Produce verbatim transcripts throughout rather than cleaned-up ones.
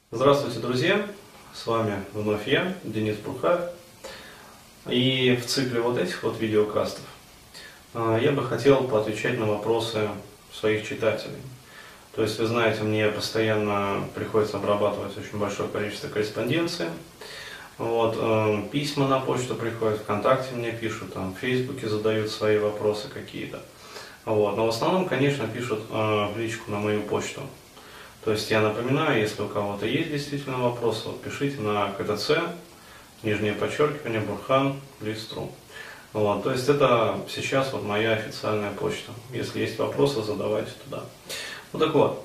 Здравствуйте, друзья! С вами вновь я, Денис Бурхаев. И в цикле вот этих вот видеокастов я бы хотел поотвечать на вопросы своих читателей. То есть, вы знаете, мне постоянно приходится обрабатывать очень большое количество корреспонденции. Вот, э, письма на почту приходят, ВКонтакте мне пишут, там, в Фейсбуке задают свои вопросы какие-то. Вот, но в основном, конечно, пишут э, в личку на мою почту. То есть я напоминаю, если у кого-то есть действительно вопросы, вот пишите на ка тэ цэ, нижнее подчеркивание, Бурхан, Листру. Вот, то есть это сейчас вот моя официальная почта. Если есть вопросы, задавайте туда. Ну так вот,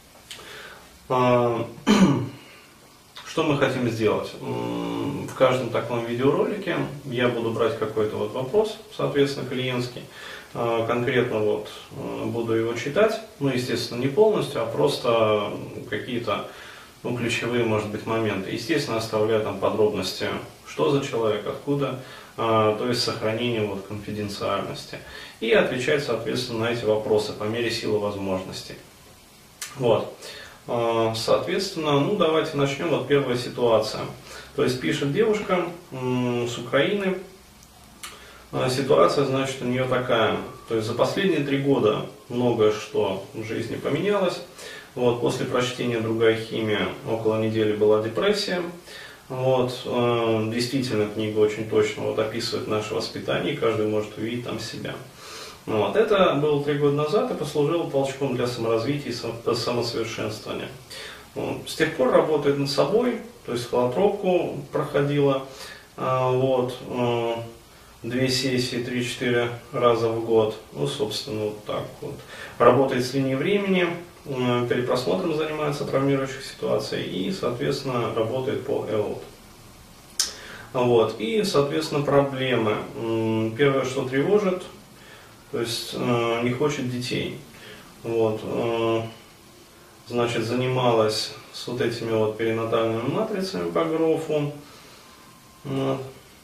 что мы хотим сделать? В каждом таком видеоролике я буду брать какой-то вот вопрос, соответственно, клиентский. Конкретно вот буду его читать, ну, естественно, не полностью, а просто какие-то, ну, ключевые, может быть, моменты. Естественно, оставляю там подробности, что за человек, откуда, то есть сохранение вот конфиденциальности. И отвечать, соответственно, на эти вопросы по мере силы возможностей. Вот. Соответственно, ну, давайте начнем. Вот первая ситуация. То есть пишет девушка с Украины. Ситуация, значит, у нее такая. То есть за последние три года многое что в жизни поменялось. Вот, после прочтения «Другая химия» около недели была депрессия. Вот, э, действительно, книга очень точно вот описывает наше воспитание, и каждый может увидеть там себя. Вот, это было три года назад и послужило толчком для саморазвития и самосовершенствования. Вот, с тех пор работает над собой, то есть холотропку проходила. Э, вот, э, Две сессии, три-четыре раза в год. Ну, собственно, вот так вот. Работает с линией времени, перепросмотром занимается травмирующих ситуаций и, соответственно, работает по ЭОТ. Вот. И, соответственно, проблемы. Первое, что тревожит, то есть не хочет детей. Вот. Значит, занималась с вот этими вот перинатальными матрицами по Грофу. Вот.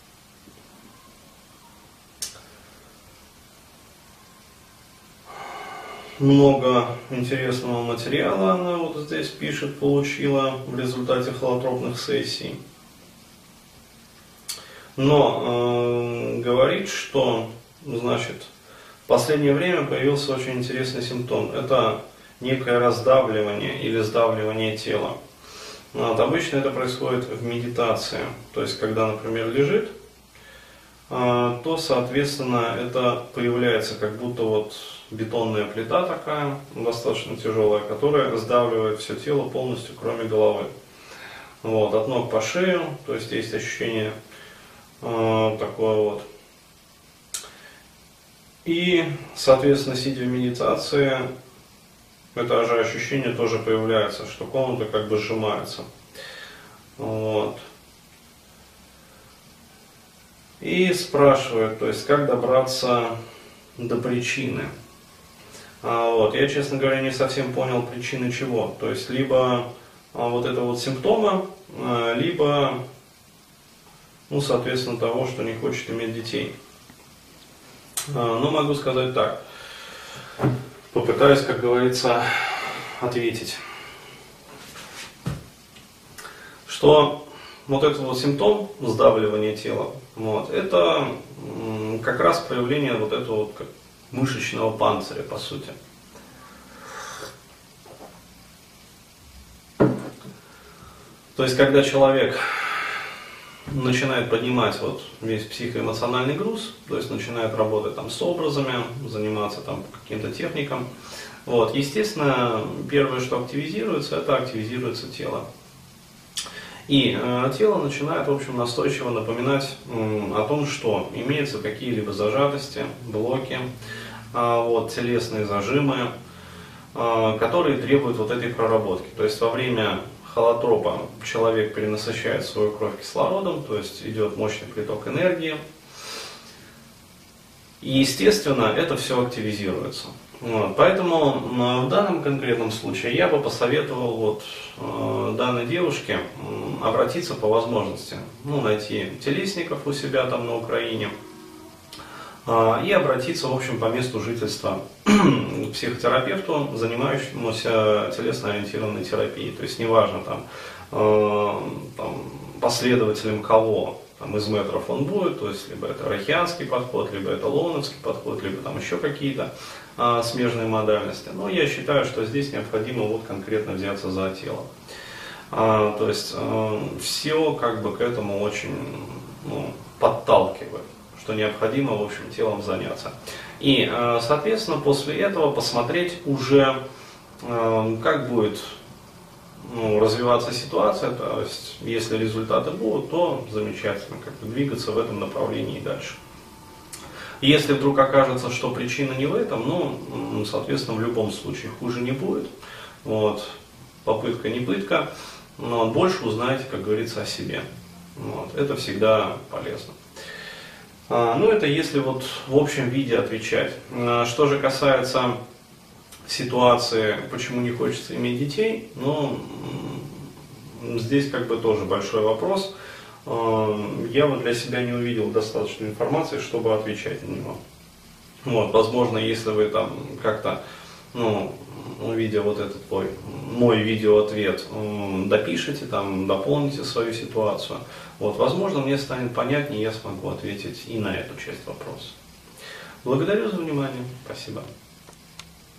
Много интересного материала она вот здесь пишет, получила в результате холотропных сессий. Но э, говорит, что, значит, в последнее время появился очень интересный симптом. Это некое раздавливание или сдавливание тела. Вот, обычно это происходит в медитации. То есть, когда, например, лежит, э, то, соответственно, это появляется как будто вот бетонная плита такая, достаточно тяжелая, которая сдавливает все тело полностью, кроме головы. Вот, от ног по шею, то есть есть ощущение э, такое вот. И, соответственно, сидя в медитации, это же ощущение тоже появляется, что комната как бы сжимается. Вот. И спрашивает, то есть, как добраться до причины. Вот. Я, честно говоря, не совсем понял причины чего. То есть, либо а, вот это вот симптомы, а, либо, ну, соответственно, того, что не хочет иметь детей. А, но могу сказать так. Попытаюсь, как говорится, ответить. Что вот этот вот симптом сдавливания тела, вот, это м, как раз проявление вот этого вот как мышечного панциря, по сути. То есть, когда человек начинает поднимать вот весь психоэмоциональный груз, то есть начинает работать там с образами, заниматься там каким-то техникам, вот, естественно, первое, что активизируется, это активизируется тело. И э, тело начинает, в общем, настойчиво напоминать э, о том, что имеются какие-либо зажатости, блоки, э, вот, телесные зажимы, э, которые требуют вот этой проработки. То есть во время холотропа человек перенасыщает свою кровь кислородом, то есть идет мощный приток энергии. И, естественно, это все активизируется. Вот, поэтому в данном конкретном случае я бы посоветовал вот, э, данной девушке э, обратиться по возможности, ну, найти телесников у себя там на Украине, и обратиться, в общем, по месту жительства к психотерапевту, занимающемуся телесно-ориентированной терапией. То есть неважно, там, э, там, последователем кого там, из метров он будет, то есть либо это рахианский подход, либо это лоуновский подход, либо там еще какие-то э, смежные модальности. Но я считаю, что здесь необходимо вот конкретно взяться за тело. Э, то есть э, все как бы к этому очень ну, подталкивает, что необходимо, в общем, телом заняться. И, соответственно, после этого посмотреть уже, как будет ну, развиваться ситуация, то есть, если результаты будут, то замечательно, как бы двигаться в этом направлении и дальше. Если вдруг окажется, что причина не в этом, ну, соответственно, в любом случае хуже не будет. Вот. Попытка не пытка, но больше узнаете, как говорится, о себе. Вот. Это всегда полезно. Ну, это если вот в общем виде отвечать. Что же касается ситуации, почему не хочется иметь детей, ну, здесь как бы тоже большой вопрос. Я вот для себя не увидел достаточно информации, чтобы отвечать на него. Вот, возможно, если вы там как-то, ну, увидя вот этот мой, мой видеоответ, допишите, там, дополните свою ситуацию, вот, возможно, мне станет понятнее, я смогу ответить и на эту часть вопроса. Благодарю за внимание. Спасибо.